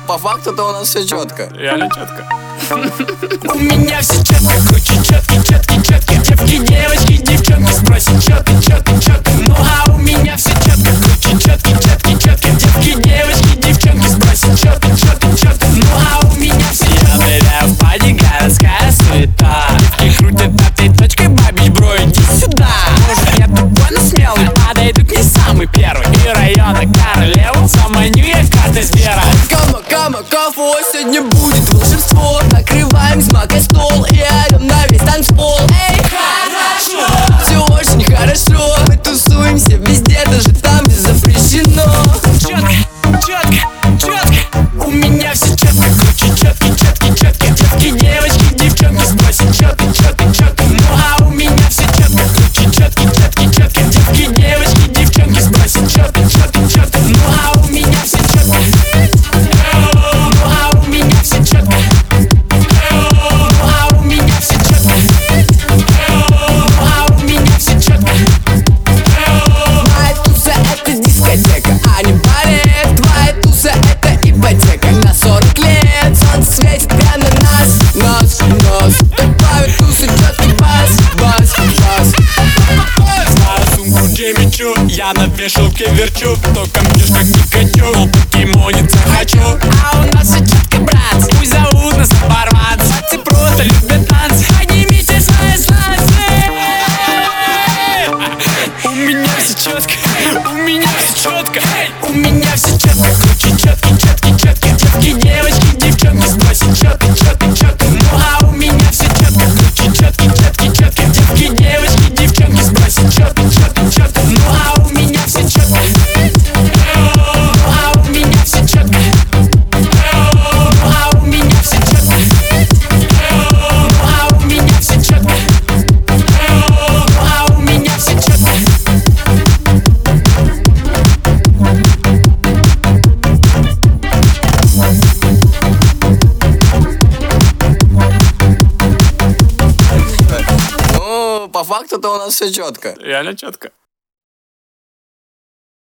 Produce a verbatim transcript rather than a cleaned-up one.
по факту-то у нас все четко. Реально четко. У меня все четко, круче, четкий, четкий, четкий. Девки, девочки, девчонки спросят, чё ты, чё ты, чё ты. Ну а у меня все четко, круче, четкий, четкий, четкий. Девки, девочки, девчонки спросят, чё ты, чё ты, чё ты. Ну а у меня все четко. Я ныряю в паре, городская суета. Девки крутят пятой точкой, бабич, бро, иди сюда. Может я тупой, но смелый, подойду к ней самый первый. И района королеву заманю я картой Сбера. Кама, кама, кафе, сегодня будет волшебство. Накрываем с мака стол и орем на весь танцпол. Эй, хорошо, все очень хорошо. Мы тусуемся везде, даже там, где запрещено. Четко, четко, четко. У меня все четко, круче, четкий, четкий, четкий. Девки, девочки, девчонки спросят, чё ты, чё ты, чё ты. Ну а у меня все четко, круче, четкий, четкий, четкий. Девки, девочки, девчонки спросят, чё ты, чё ты, чё ты. Ну а у меня все четко. Ну а у меня все четко. Ну а у меня все четко. Ну а у меня все четко. Моя туса это дискотека, а не балет. Твоя туса это ипотека на сорок лет. Солнце светит прямо на нас, нас, нас. Так плавит туса, четкий бас, бас, бас. Знаю сумку Джимми-Чу, я на вешалке верчу. Только бьешь как Пикачу, покемониться хочу. А у нас все четко, брат, пусть зовут нас оборванцы. Пацаны просто любят танцы, поднимите свои сланцы. У меня все четко, у меня все четко. У меня все четко, круче, четкий, четкий, четкий. Девки, девочки, девчонки спросят, чё ты, чё ты, чё ты. Ну а у меня все четко, круче, четкий, четкий, четкий. Девки, девочки, девчонки спросят, чё ты, чё ты, чё ты. Ну а у меня все четко. Ну а у меня все четко. Ну а у меня все четко. Ну а у меня все четко. Ну а у меня все четко. Ну, по факту-то у нас все четко. Реально четко.